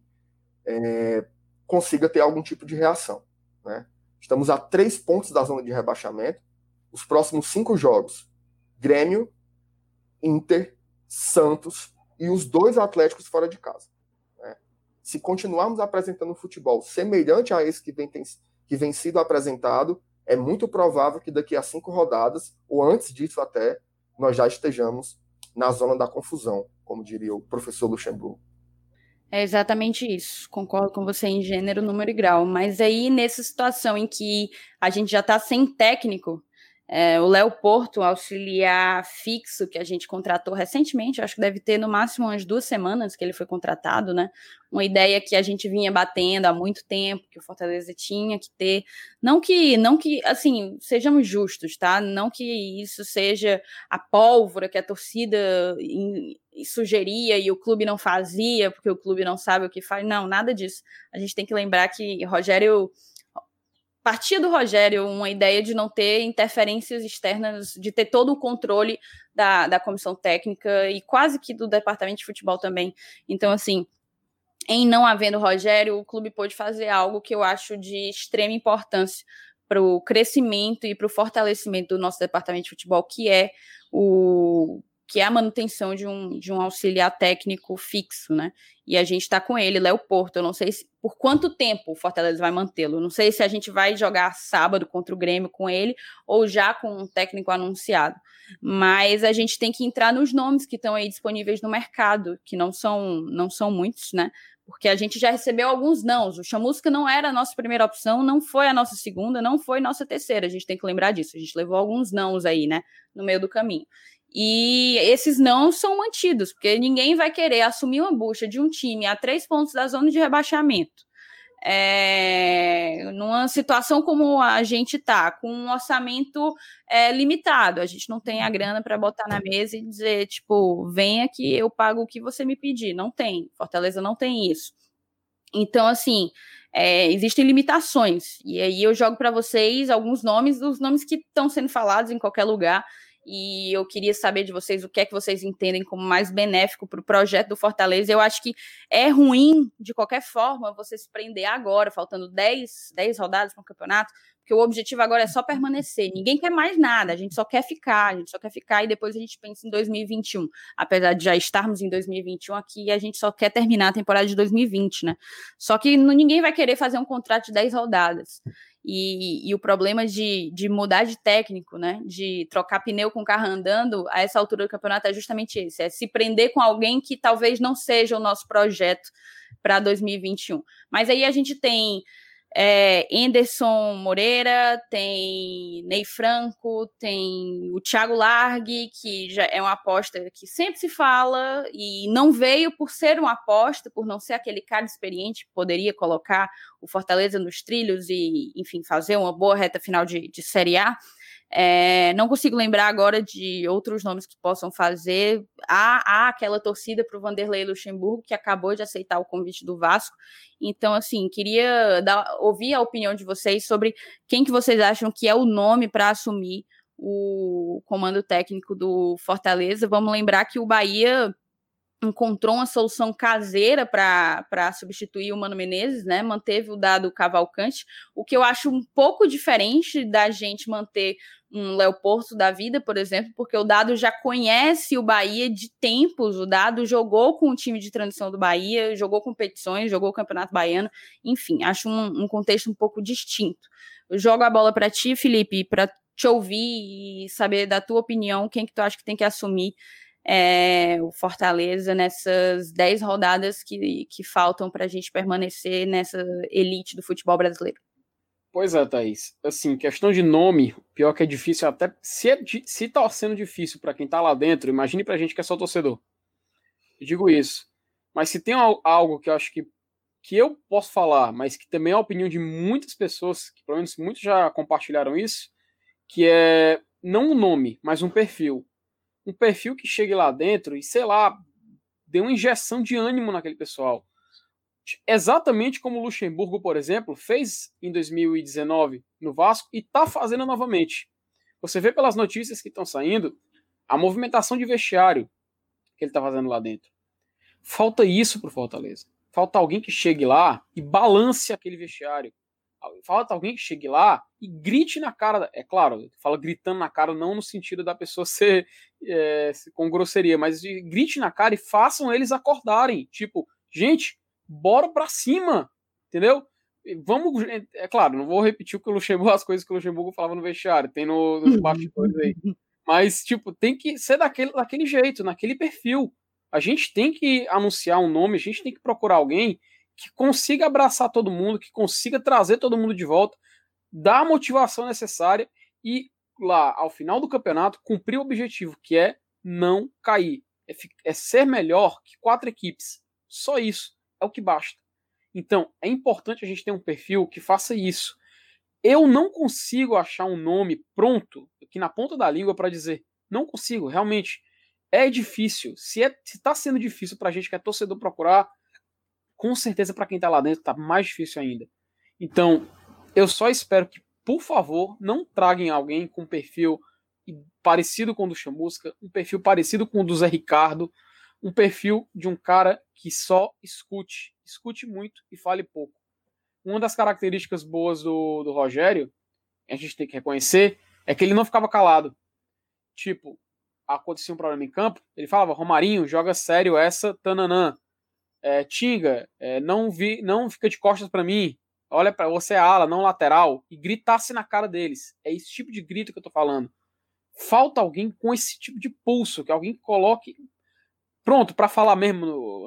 consiga ter algum tipo de reação, né? Estamos a 3 pontos da zona de rebaixamento. Os próximos 5 jogos, Grêmio, Inter, Santos e os 2 Atléticos fora de casa, né? Se continuarmos apresentando um futebol semelhante a esse que vem sido apresentado, é muito provável que daqui a 5 rodadas, ou antes disso até, nós já estejamos na zona da confusão, como diria o professor Luxemburgo. É exatamente isso. Concordo com você em gênero, número e grau. Mas aí, nessa situação em que a gente já está sem técnico, o Léo Porto, auxiliar fixo, que a gente contratou recentemente, acho que deve ter no máximo umas 2 semanas que ele foi contratado, né? Uma ideia que a gente vinha batendo há muito tempo, que o Fortaleza tinha que ter. Não que, assim, sejamos justos, tá? Não que isso seja a pólvora que a torcida sugeria e o clube não fazia, porque o clube não sabe o que faz. Não, nada disso. A gente tem que lembrar que partia do Rogério uma ideia de não ter interferências externas, de ter todo o controle da comissão técnica e quase que do departamento de futebol também. Então, assim, em não havendo Rogério, o clube pôde fazer algo que eu acho de extrema importância para o crescimento e para o fortalecimento do nosso departamento de futebol, que é a manutenção de um auxiliar técnico fixo, né? E a gente está com ele, Léo Porto. Eu não sei por quanto tempo o Fortaleza vai mantê-lo. Não sei se a gente vai jogar sábado contra o Grêmio com ele ou já com um técnico anunciado. Mas a gente tem que entrar nos nomes que estão aí disponíveis no mercado, que não são muitos, né? Porque a gente já recebeu alguns nãos. O Chamusca não era a nossa primeira opção, não foi a nossa segunda, não foi a nossa terceira. A gente tem que lembrar disso. A gente levou alguns nãos aí, né? No meio do caminho. E esses não são mantidos, porque ninguém vai querer assumir uma bucha de um time a 3 pontos da zona de rebaixamento. Numa situação como a gente está, com um orçamento limitado, a gente não tem a grana para botar na mesa e dizer, tipo, venha que eu pago o que você me pedir. Não tem, Fortaleza não tem isso. Então, assim, existem limitações, e aí eu jogo para vocês alguns nomes, dos nomes que estão sendo falados em qualquer lugar, e eu queria saber de vocês o que é que vocês entendem como mais benéfico para o projeto do Fortaleza. Eu acho que é ruim, de qualquer forma, você se prender agora, faltando 10 rodadas para o campeonato, porque o objetivo agora é só permanecer. Ninguém quer mais nada, a gente só quer ficar e depois a gente pensa em 2021. Apesar de já estarmos em 2021 aqui, a gente só quer terminar a temporada de 2020, né? Só que ninguém vai querer fazer um contrato de 10 rodadas. E o problema de mudar de técnico, né, de trocar pneu com o carro andando, a essa altura do campeonato é justamente esse, é se prender com alguém que talvez não seja o nosso projeto para 2021. Mas aí a gente tem Anderson Moreira, tem Ney Franco, tem o Thiago Largue, que já é uma aposta que sempre se fala e não veio por ser uma aposta, por não ser aquele cara experiente que poderia colocar o Fortaleza nos trilhos e, enfim, fazer uma boa reta final de Série A. Não consigo lembrar agora de outros nomes que possam fazer. Há aquela torcida para o Vanderlei Luxemburgo, que acabou de aceitar o convite do Vasco. Então, assim, queria ouvir a opinião de vocês sobre quem que vocês acham que é o nome para assumir o comando técnico do Fortaleza. Vamos lembrar que o Bahia encontrou uma solução caseira para substituir o Mano Menezes, né? Manteve o Dado Cavalcante, o que eu acho um pouco diferente da gente manter um Léo Porto da vida, por exemplo, porque o Dado já conhece o Bahia de tempos, o Dado jogou com o time de transição do Bahia, jogou competições, jogou o Campeonato Baiano, enfim, acho um contexto um pouco distinto. Eu jogo a bola para ti, Felipe, para te ouvir e saber da tua opinião, quem que tu acha que tem que assumir o Fortaleza nessas 10 rodadas que faltam para a gente permanecer nessa elite do futebol brasileiro. Pois é, Thaís. Assim, questão de nome, pior que é difícil, até se tá sendo difícil para quem tá lá dentro, imagine pra gente que é só torcedor. Eu digo isso. Mas se tem algo que eu acho que eu posso falar, mas que também é a opinião de muitas pessoas, que pelo menos muitos já compartilharam isso, que é não um nome, mas um perfil. Um perfil que chegue lá dentro e, sei lá, dê uma injeção de ânimo naquele pessoal. Exatamente como o Luxemburgo, por exemplo, fez em 2019 no Vasco e está fazendo novamente. Você vê pelas notícias que estão saindo a movimentação de vestiário que ele está fazendo lá dentro. Falta isso pro Fortaleza. Falta alguém que chegue lá e balance aquele vestiário. Falta alguém que chegue lá e grite na cara. É claro, fala gritando na cara, não no sentido da pessoa ser com grosseria, mas grite na cara e façam eles acordarem. Tipo, gente, bora pra cima, entendeu? Vamos. É claro, não vou repetir as coisas que o Luxemburgo falava no vestiário, tem nos bastidores aí. Mas, tipo, tem que ser daquele jeito, naquele perfil. A gente tem que anunciar um nome, a gente tem que procurar alguém que consiga abraçar todo mundo, que consiga trazer todo mundo de volta, dar a motivação necessária e lá, ao final do campeonato, cumprir o objetivo, que é não cair. É ser melhor que 4 equipes. Só isso. É o que basta. Então, é importante a gente ter um perfil que faça isso. Eu não consigo achar um nome pronto, aqui na ponta da língua, para dizer. Não consigo, realmente. É difícil. Se está sendo difícil para a gente que é torcedor procurar, com certeza para quem está lá dentro está mais difícil ainda. Então, eu só espero que, por favor, não tragam alguém com um perfil parecido com o do Chamusca, um perfil parecido com o do Zé Ricardo, um perfil de um cara que só escute muito e fale pouco. Uma das características boas do Rogério, a gente tem que reconhecer, é que ele não ficava calado. Tipo, acontecia um problema em campo, ele falava, Romarinho, joga sério essa, tananã. Tinga, não fica de costas para mim, olha para você é ala, não lateral, e gritasse na cara deles. É esse tipo de grito que eu tô falando. Falta alguém com esse tipo de pulso, que alguém que coloque pronto para falar mesmo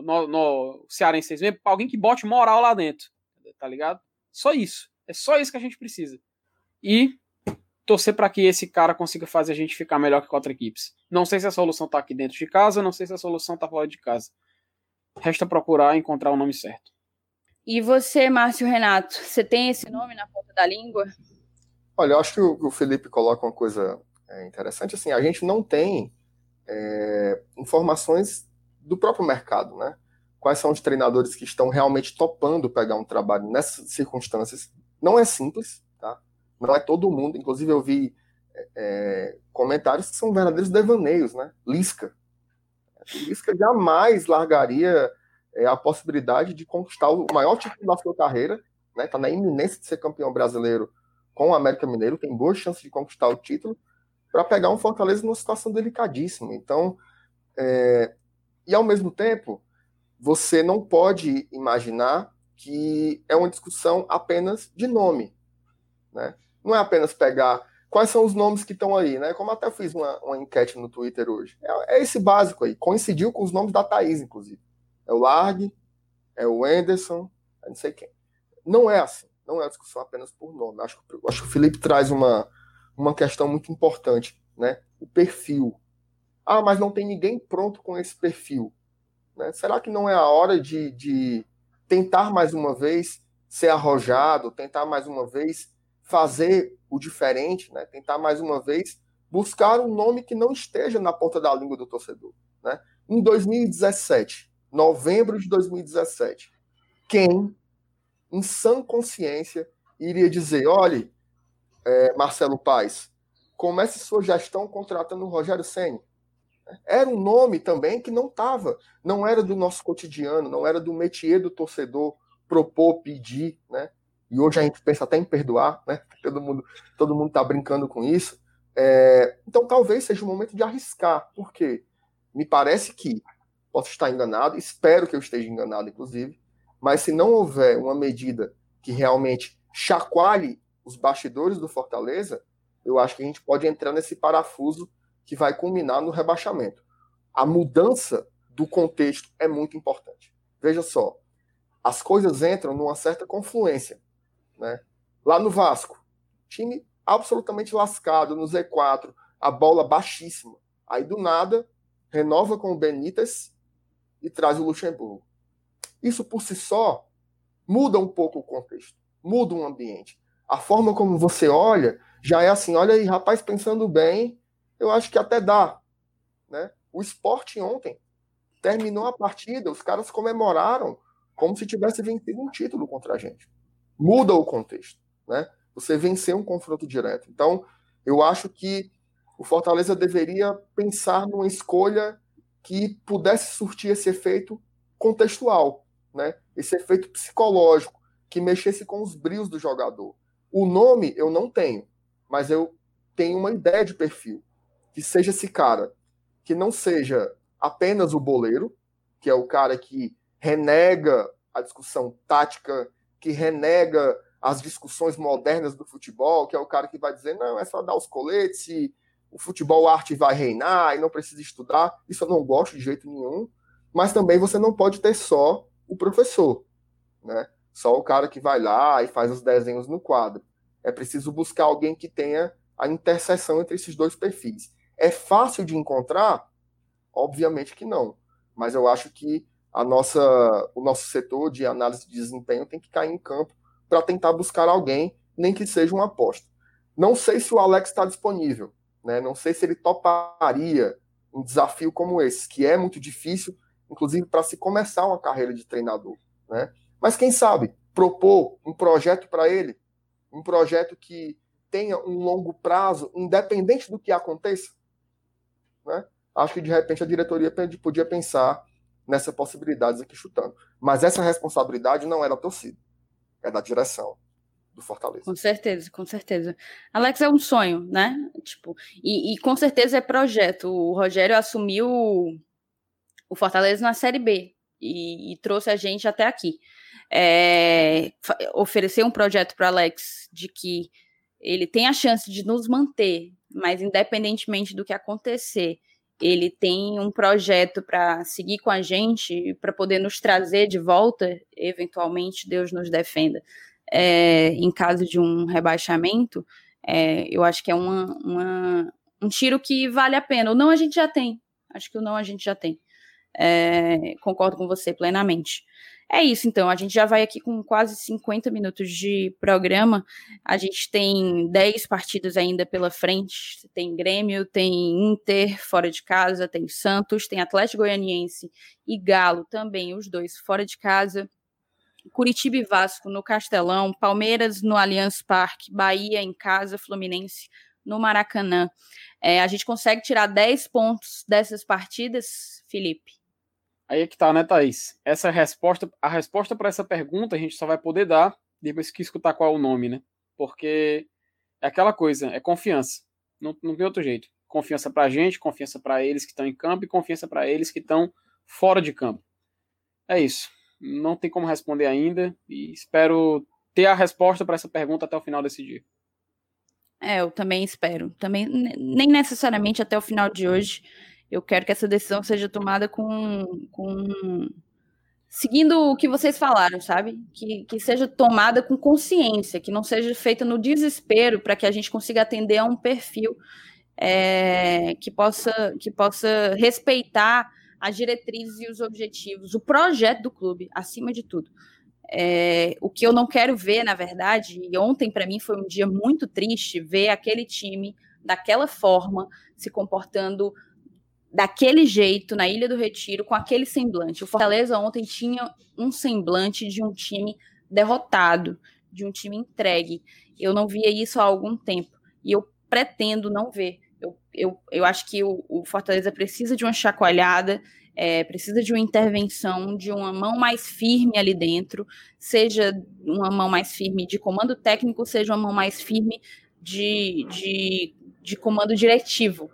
no cearense mesmo, alguém que bote moral lá dentro, tá ligado? Só isso. É só isso que a gente precisa. E torcer para que esse cara consiga fazer a gente ficar melhor que 4 equipes. Não sei se a solução tá aqui dentro de casa, não sei se a solução tá fora de casa. Resta procurar encontrar o nome certo. E você, Márcio Renato, você tem esse nome na ponta da língua? Olha, eu acho que o Felipe coloca uma coisa interessante. Assim, a gente não tem informações do próprio mercado, né? Quais são os treinadores que estão realmente topando pegar um trabalho nessas circunstâncias? Não é simples, tá? Não é todo mundo. Inclusive, eu vi comentários que são verdadeiros devaneios, né? Lisca jamais largaria a possibilidade de conquistar o maior título da sua carreira, né? Tá na iminência de ser campeão brasileiro com o América Mineiro, tem boas chances de conquistar o título, para pegar um Fortaleza numa situação delicadíssima. Então, e ao mesmo tempo, você não pode imaginar que é uma discussão apenas de nome, né? Não é apenas pegar quais são os nomes que estão aí, né? Como até fiz uma enquete no Twitter hoje. É esse básico aí. Coincidiu com os nomes da Thaís, inclusive. É o Largue, é o Anderson, não sei quem. Não é assim. Não é uma discussão apenas por nome. Acho que o Felipe traz uma questão muito importante, né? O perfil. Ah, mas não tem ninguém pronto com esse perfil, né? Será que não é a hora de tentar mais uma vez ser arrojado, tentar mais uma vez fazer o diferente, né? Tentar mais uma vez buscar um nome que não esteja na ponta da língua do torcedor, né? Em 2017, novembro de 2017, quem, em sã consciência, iria dizer, olhe, Marcelo Paes, comece sua gestão contratando o Rogério Ceni? Era um nome também que não era do nosso cotidiano, não era do métier do torcedor propor, pedir, né? E hoje a gente pensa até em perdoar, né? Todo mundo está brincando com isso. Então talvez seja o momento de arriscar, porque me parece que, posso estar enganado, espero que eu esteja enganado, inclusive, mas se não houver uma medida que realmente chacoalhe os bastidores do Fortaleza, eu acho que a gente pode entrar nesse parafuso que vai culminar no rebaixamento. A mudança do contexto é muito importante. Veja só, as coisas entram numa certa confluência, né? Lá no Vasco, time absolutamente lascado no Z4, a bola baixíssima. Aí do nada, renova com o Benítez e traz o Luxemburgo. Isso por si só muda um pouco o contexto, muda o ambiente. A forma como você olha já é assim, olha aí, rapaz, pensando bem, eu acho que até dá, né? O Sport ontem terminou a partida, os caras comemoraram como se tivesse vencido um título contra a gente. Muda o contexto, né? Você venceu um confronto direto. Então, eu acho que o Fortaleza deveria pensar numa escolha que pudesse surtir esse efeito contextual, né? Esse efeito psicológico, que mexesse com os brios do jogador. O nome eu não tenho, mas eu tenho uma ideia de perfil. Que seja esse cara, que não seja apenas o boleiro, que é o cara que renega a discussão tática, que renega as discussões modernas do futebol, que é o cara que vai dizer, não, é só dar os coletes e o futebol arte vai reinar e não precisa estudar. Isso eu não gosto de jeito nenhum. Mas também você não pode ter só o professor, né? Só o cara que vai lá e faz os desenhos no quadro. É preciso buscar alguém que tenha a interseção entre esses dois perfis. É fácil de encontrar? Obviamente que não. Mas eu acho que o nosso setor de análise de desempenho tem que cair em campo para tentar buscar alguém, nem que seja uma aposta. Não sei se o Alex está disponível, né? Não sei se ele toparia um desafio como esse, que é muito difícil, inclusive para se começar uma carreira de treinador, né? Mas quem sabe propor um projeto para ele, um projeto que tenha um longo prazo, independente do que aconteça, né? Acho que de repente a diretoria podia pensar nessa possibilidade aqui chutando. Mas essa responsabilidade não é da torcida, é da direção do Fortaleza. Com certeza, com certeza. Alex é um sonho, né? Tipo, e com certeza é projeto. O Rogério assumiu o Fortaleza na Série B e trouxe a gente até aqui. Oferecer um projeto para Alex de que ele tem a chance de nos manter, mas independentemente do que acontecer, ele tem um projeto para seguir com a gente, para poder nos trazer de volta, eventualmente, Deus nos defenda, em caso de um rebaixamento, eu acho que é um tiro que vale a pena. O não a gente já tem. Acho que o não a gente já tem. Concordo com você plenamente. É isso, então, a gente já vai aqui com quase 50 minutos de programa, a gente tem 10 partidas ainda pela frente, tem Grêmio, tem Inter fora de casa, tem Santos, tem Atlético Goianiense e Galo também, os dois fora de casa, Curitiba e Vasco no Castelão, Palmeiras no Allianz Parque, Bahia em casa, Fluminense no Maracanã. A gente consegue tirar 10 pontos dessas partidas, Felipe? Aí é que tá, né, Thaís? A resposta para essa pergunta a gente só vai poder dar depois que escutar qual é o nome, né? Porque é aquela coisa, é confiança. Não tem outro jeito. Confiança pra gente, confiança para eles que estão em campo e confiança para eles que estão fora de campo. É isso. Não tem como responder ainda e espero ter a resposta para essa pergunta até o final desse dia. Eu também espero. Também, nem necessariamente até o final de hoje. Eu quero que essa decisão seja tomada seguindo o que vocês falaram, sabe? Que seja tomada com consciência, que não seja feita no desespero, para que a gente consiga atender a um perfil que possa respeitar as diretrizes e os objetivos, o projeto do clube, acima de tudo. O que eu não quero ver, na verdade, e ontem para mim foi um dia muito triste, ver aquele time daquela forma, se comportando daquele jeito na Ilha do Retiro, com aquele semblante. O Fortaleza ontem tinha um semblante de um time derrotado, de um time entregue. Eu não via isso há algum tempo, e eu pretendo não ver. Eu acho que o Fortaleza precisa de uma chacoalhada, precisa de uma intervenção, de uma mão mais firme ali dentro, seja uma mão mais firme de comando técnico, seja uma mão mais firme de comando diretivo.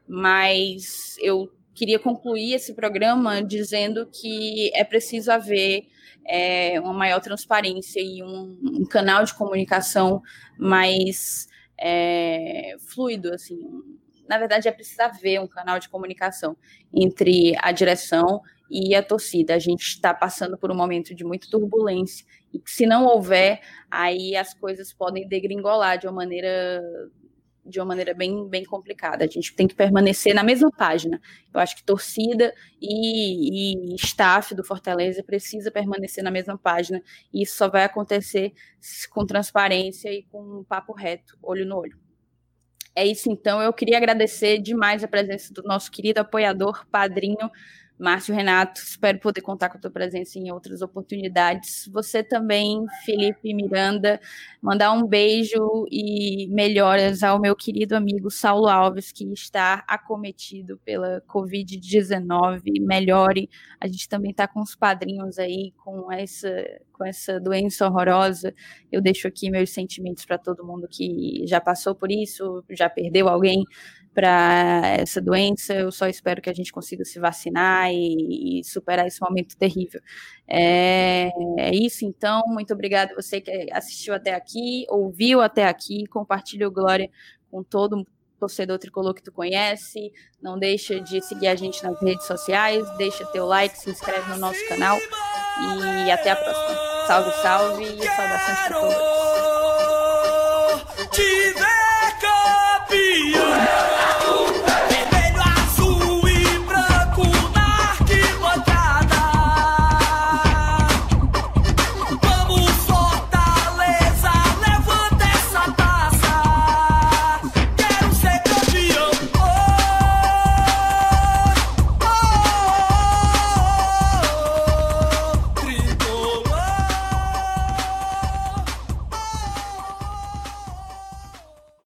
Mas eu queria concluir esse programa dizendo que é preciso haver uma maior transparência e um canal de comunicação mais fluido, assim. Na verdade, é preciso haver um canal de comunicação entre a direção e a torcida. A gente está passando por um momento de muita turbulência e que, se não houver, aí as coisas podem degringolar de uma maneira bem, bem complicada. A gente tem que permanecer na mesma página. Eu acho que torcida e staff do Fortaleza precisa permanecer na mesma página, e isso só vai acontecer com transparência e com um papo reto, olho no olho. É isso, então. Eu queria agradecer demais a presença do nosso querido apoiador, padrinho, Márcio Renato. Espero poder contar com a tua presença em outras oportunidades. Você também, Felipe Miranda, mandar um beijo e melhoras ao meu querido amigo Saulo Alves, que está acometido pela Covid-19. Melhore. A gente também está com os padrinhos aí com essa doença horrorosa. Eu deixo aqui meus sentimentos para todo mundo que já passou por isso, já perdeu alguém para essa doença. Eu só espero que a gente consiga se vacinar e superar esse momento terrível. É isso, então. Muito obrigada a você que assistiu até aqui, ouviu até aqui. Compartilha o Glória com todo torcedor tricolor que tu conhece. Não deixa de seguir a gente nas redes sociais, deixa teu like, se inscreve no nosso canal e até a próxima. Salve, salve e saudações tricolores.